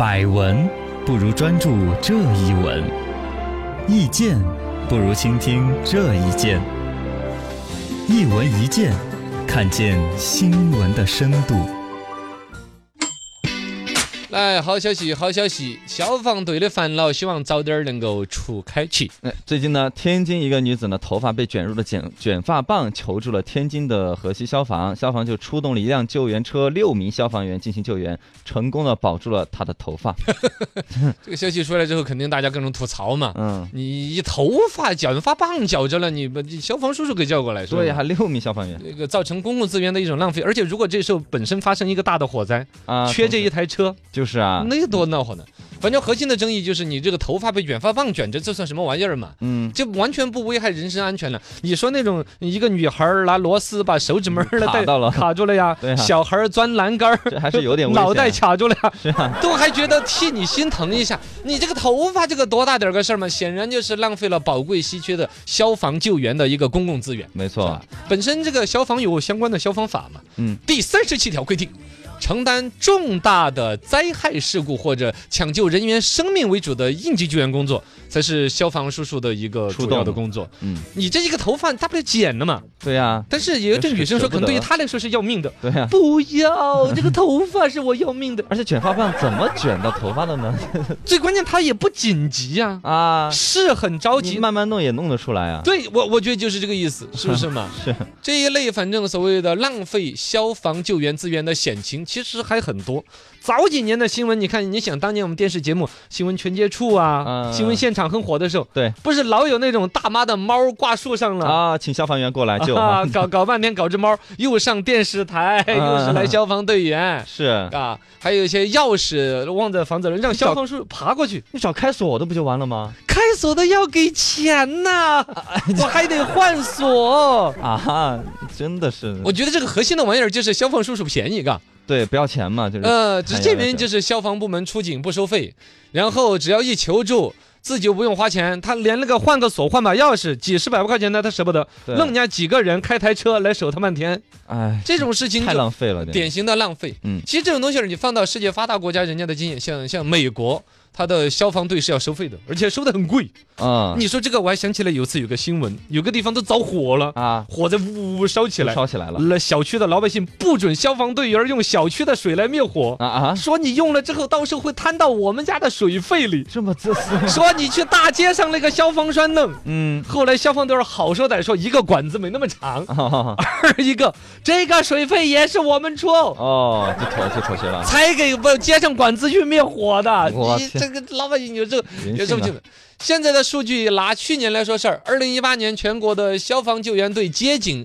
百闻不如专注这一闻，意见不如倾听这一见。一闻一见，看见新闻的深度。 来，好消息，好消息！消防队的烦恼希望早点能够除开去。 最近呢，天津一个女子呢，头发被卷入了卷发棒，求助了天津的河西消防，消防就出动了一辆救援车，6名消防员进行救援，成功的保住了她的头发。 这个消息出来之后，肯定大家各种吐槽嘛。你头发卷发棒绞着了，你把消防叔叔给叫过来， 对，还6名消防员， 这个造成公共资源的一种浪费。而且如果这时候本身发生一个大的火灾缺这一台车。 就是啊， 那多闹火呢！反正核心的争议就是你这个头发被卷发棒卷着，这算什么玩意儿嘛？这完全不危害人身安全了。你说那种一个女孩拿螺丝把手指门卡住了呀，小孩钻栏杆， 这还是有点危险， 脑袋卡住了呀， 是啊， 都还觉得替你心疼一下。你这个头发这个多大点个事儿嘛？显然就是浪费了宝贵稀缺的消防救援的一个公共资源。 没错， 本身这个消防有相关的消防法嘛，第37条规定。承担重大的灾害事故或者抢救人员生命为主的应急救援工作，才是消防叔叔的一个主要的工作。你这一个头发大不了剪了嘛。 对呀， 但是也有这女生说，可能对于她来说是要命的。 对呀， 不要这个头发是我要命的。 而且卷发棒怎么卷到头发的呢？ 最关键，它也不紧急呀。是很着急， 慢慢弄也弄得出来啊。 对，我觉得就是这个意思，是不是嘛？ 是这一类，反正所谓的浪费消防救援资源的险情。其实还很多，早几年的新闻，你看，你想当年我们电视节目《新闻全接触》新闻现场很火的时候， 对， 不是老有那种大妈的猫挂树上了请消防员过来救搞半天，搞只猫又上电视台，又是来消防队员， 是还有一些钥匙忘在房子了，让消防叔爬过去， 你找开锁的不就完了吗？ 开锁的要给钱呐，我还得换锁真的是， 我觉得这个核心的玩意儿就是消防叔叔便宜， 对，不要钱嘛，就是只这边就是消防部门出警不收费，然后只要一求助，自己就不用花钱，他连那个换个锁换把钥匙几十百块钱的他舍不得，弄人家几个人开台车来守他半天，这种事情太浪费了， 典型的浪费。其实这种东西你放到世界发达国家，人家的经验，像美国。他的消防队是要收费的，而且收的很贵你说这个，我还想起来有次有个新闻，有个地方都着火了火在呜烧起来了。 那小区的老百姓不准消防队员用小区的水来灭火说你用了之后，到时候会摊到我们家的水费里。 这么自私？ 说你去大街上那个消防栓弄。后来消防队好说歹说，一个管子没那么长，二一个这个水费也是我们出就妥协了， 才给接上管子去灭火的。 这个老百姓有这么近。现在的数据拿去年来说事儿，2018年全国的消防救援队接警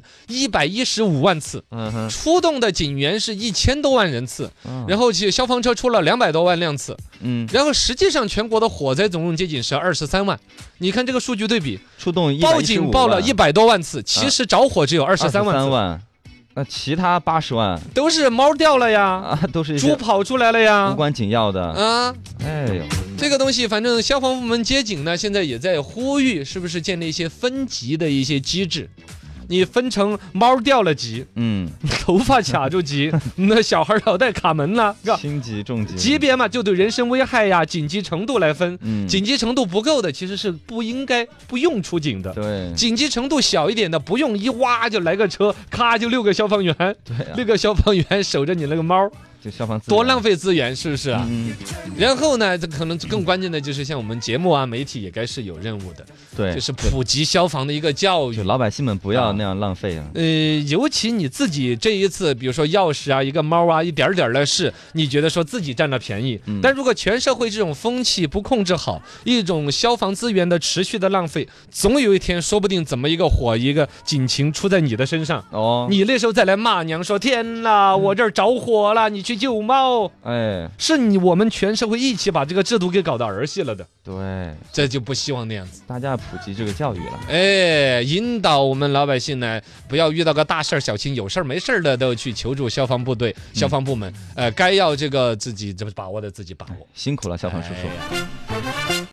115万次，出动的警员是1000多万人次，然后消防车出了200多万辆次，然后实际上全国的火灾总共接警是23万。你看这个数据对比， 出动报警报了100多万次，其实着火只有23万次。 那其他80万都是猫掉了呀， 都是猪跑出来了呀， 无关紧要的哎呦， 这个东西反正消防部门接警呢，现在也在呼吁，是不是建立一些分级的一些机制？你分成猫掉了级，头发卡住级，那小孩脑袋卡门了， 轻级重级级别嘛，就对人身危害呀、紧急程度来分。紧急程度不够的，其实是不用出警的。 对， 紧急程度小一点的，不用一挖就来个车，咔就6个消防员，6个消防员守着你那个猫。 就消防多浪费资源，是不是啊？然后呢，这可能更关键的就是像我们节目媒体也该是有任务的， 对， 就是普及消防的一个教育， 就老百姓们不要那样浪费尤其你自己这一次，比如说钥匙一个猫一点点的事，你觉得说自己占了便宜，但如果全社会这种风气不控制好，一种消防资源的持续的浪费，总有一天说不定怎么一个火一个警情出在你的身上你那时候再来骂娘说天哪，我这儿着火了，你去救猫，是我们全社会一起把这个制度给搞到儿戏了的。 对， 这就不希望那样子。 大家要普及这个教育了。 引导我们老百姓呢，不要遇到个大事小情，有事没事的都去求助消防部队、消防部门。该要这个自己把握的自己把握。 辛苦了，消防叔叔。